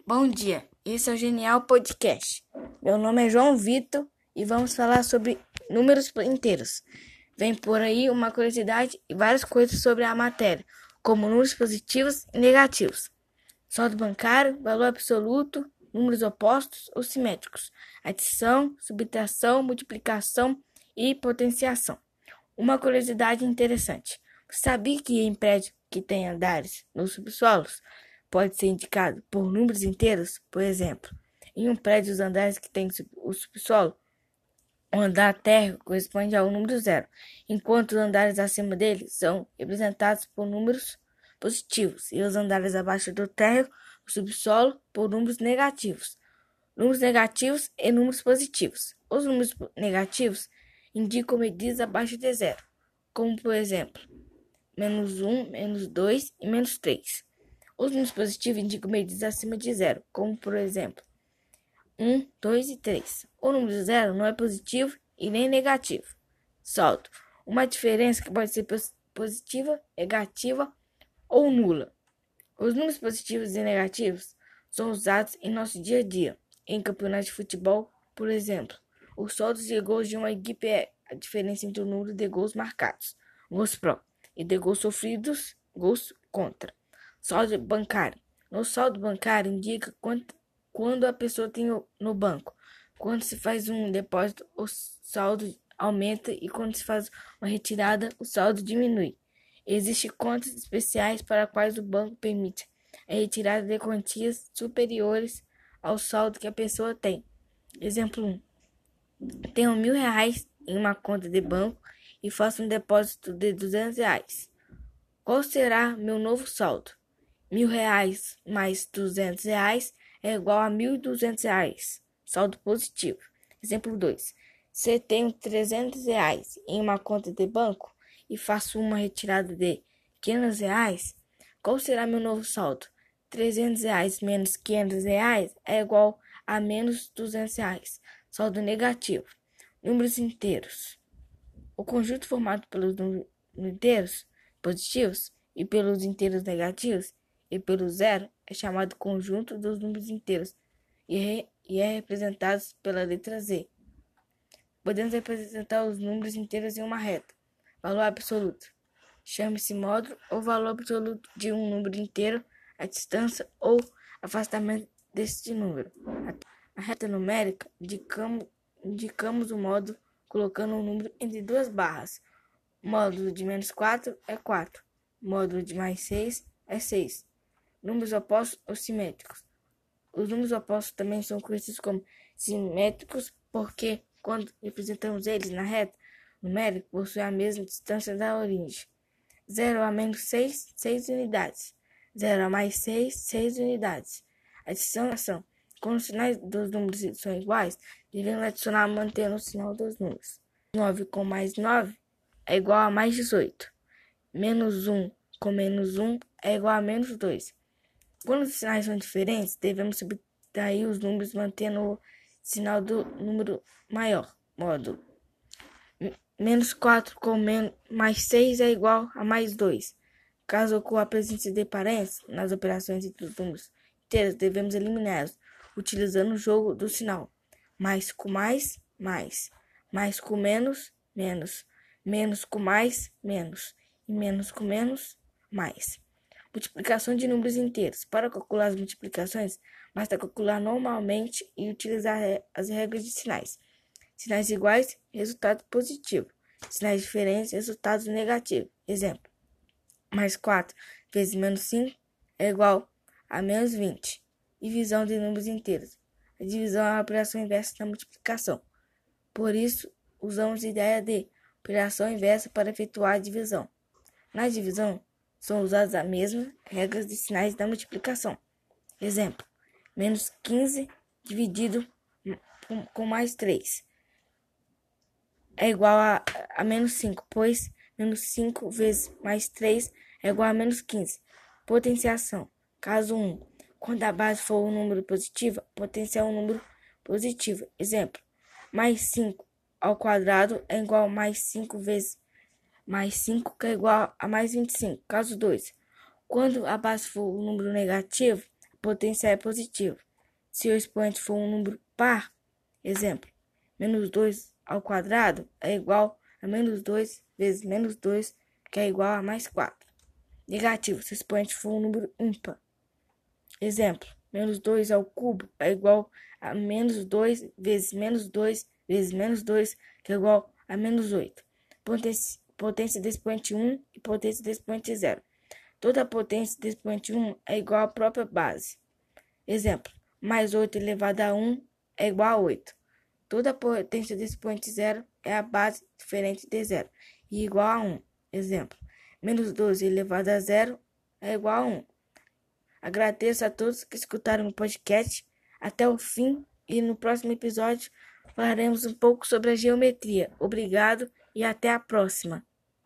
Bom dia, esse é o Genial Podcast. Meu nome é João Vitor e vamos falar sobre números inteiros. Vem por aí uma curiosidade e várias coisas sobre a matéria, como números positivos e negativos, saldo bancário, valor absoluto, números opostos ou simétricos, adição, subtração, multiplicação e potenciação. Uma curiosidade interessante: você sabia que em prédio que tem andares nos subsolos pode ser indicado por números inteiros? Por exemplo, em um prédio os andares que tem o subsolo, o andar térreo corresponde ao número zero, enquanto os andares acima dele são representados por números positivos e os andares abaixo do térreo, o subsolo, por números negativos. Números negativos e números positivos. Os números negativos indicam medidas abaixo de zero, como por exemplo, menos 1, menos 2 e menos 3. Os números positivos indicam medidas acima de zero, como por exemplo, 1, 2 e 3. O número zero não é positivo e nem negativo. Saldo: uma diferença que pode ser positiva, negativa ou nula. Os números positivos e negativos são usados em nosso dia a dia. Em campeonatos de futebol, por exemplo, os saldos de gols de uma equipe é a diferença entre o número de gols marcados, gols pró, e de gols sofridos, gols contra. Saldo bancário. No saldo bancário indica quando a pessoa tem no banco. Quando se faz um depósito, o saldo aumenta e quando se faz uma retirada, o saldo diminui. Existem contas especiais para as quais o banco permite a retirada de quantias superiores ao saldo que a pessoa tem. Exemplo 1. Tenho R$ 1.000 em uma conta de banco e faço um depósito de R$ 200. Qual será meu novo saldo? R$ 1.000 mais R$ 200 é igual a R$ 1.200. Saldo positivo. Exemplo 2. Se tenho R$ 300 em uma conta de banco e faço uma retirada de R$ 500, qual será meu novo saldo? R$ 300 menos R$ 500 é igual a menos R$ 200. Saldo negativo. Números inteiros. O conjunto formado pelos números inteiros positivos e pelos inteiros negativos e pelo zero é chamado conjunto dos números inteiros e é representado pela letra Z. Podemos representar os números inteiros em uma reta. Valor absoluto. Chame-se módulo ou valor absoluto de um número inteiro, a distância ou afastamento deste número. Na reta numérica, indicamos o módulo colocando um número entre duas barras. Módulo de menos 4 é 4. Módulo de mais 6 é 6. Números opostos ou simétricos. Os números opostos também são conhecidos como simétricos porque, quando representamos eles na reta numérica, possuem a mesma distância da origem. 0 a menos 6, 6 unidades. 0 a mais 6, 6 unidades. Adição e ação. Quando os sinais dos números são iguais, devemos adicionar mantendo o sinal dos números. 9 com mais 9 é igual a mais 18. Menos 1 com menos 1 é igual a menos 2. Quando os sinais são diferentes, devemos subtrair os números mantendo o sinal do número maior. Módulo. Menos 4 com mais 6 é igual a mais 2. Caso ocorra a presença de parênteses nas operações entre os números inteiros, devemos eliminá-los, utilizando o jogo do sinal. Mais com mais, mais. Mais com menos, menos. Menos com mais, menos. E menos com menos, mais. Multiplicação de números inteiros. Para calcular as multiplicações, basta calcular normalmente e utilizar as regras de sinais. Sinais iguais, resultado positivo. Sinais diferentes, resultado negativo. Exemplo: mais 4 vezes menos 5 é igual a menos 20. Divisão de números inteiros. A divisão é a operação inversa da multiplicação. Por isso, usamos a ideia de operação inversa para efetuar a divisão. Na divisão, são usadas as mesmas regras de sinais da multiplicação. Exemplo: menos 15 dividido com mais 3 é igual a menos 5, pois menos 5 vezes mais 3 é igual a menos 15. Potenciação. Caso 1. Quando a base for um número positivo, potenciar um número positivo. Exemplo: mais 5 ao quadrado é igual a mais 5 vezes mais 5, que é igual a mais 25. Caso 2. Quando a base for um número negativo, a potência é positiva. Se o expoente for um número par, exemplo, menos 2 ao quadrado é igual a menos 2 vezes menos 2, que é igual a mais 4. Negativo, se o expoente for um número ímpar. Exemplo, menos 2 ao cubo é igual a menos 2 vezes menos 2 vezes menos 2, que é igual a menos 8. Potência do expoente 1 e potência do expoente 0. Toda a potência do expoente 1 é igual à própria base. Exemplo, mais 8 elevado a 1 é igual a 8. Toda a potência do expoente 0 é a base diferente de 0 e igual a 1. Exemplo, menos 12 elevado a 0 é igual a 1. Agradeço a todos que escutaram o podcast até o fim e no próximo episódio falaremos um pouco sobre a geometria. Obrigado e até a próxima.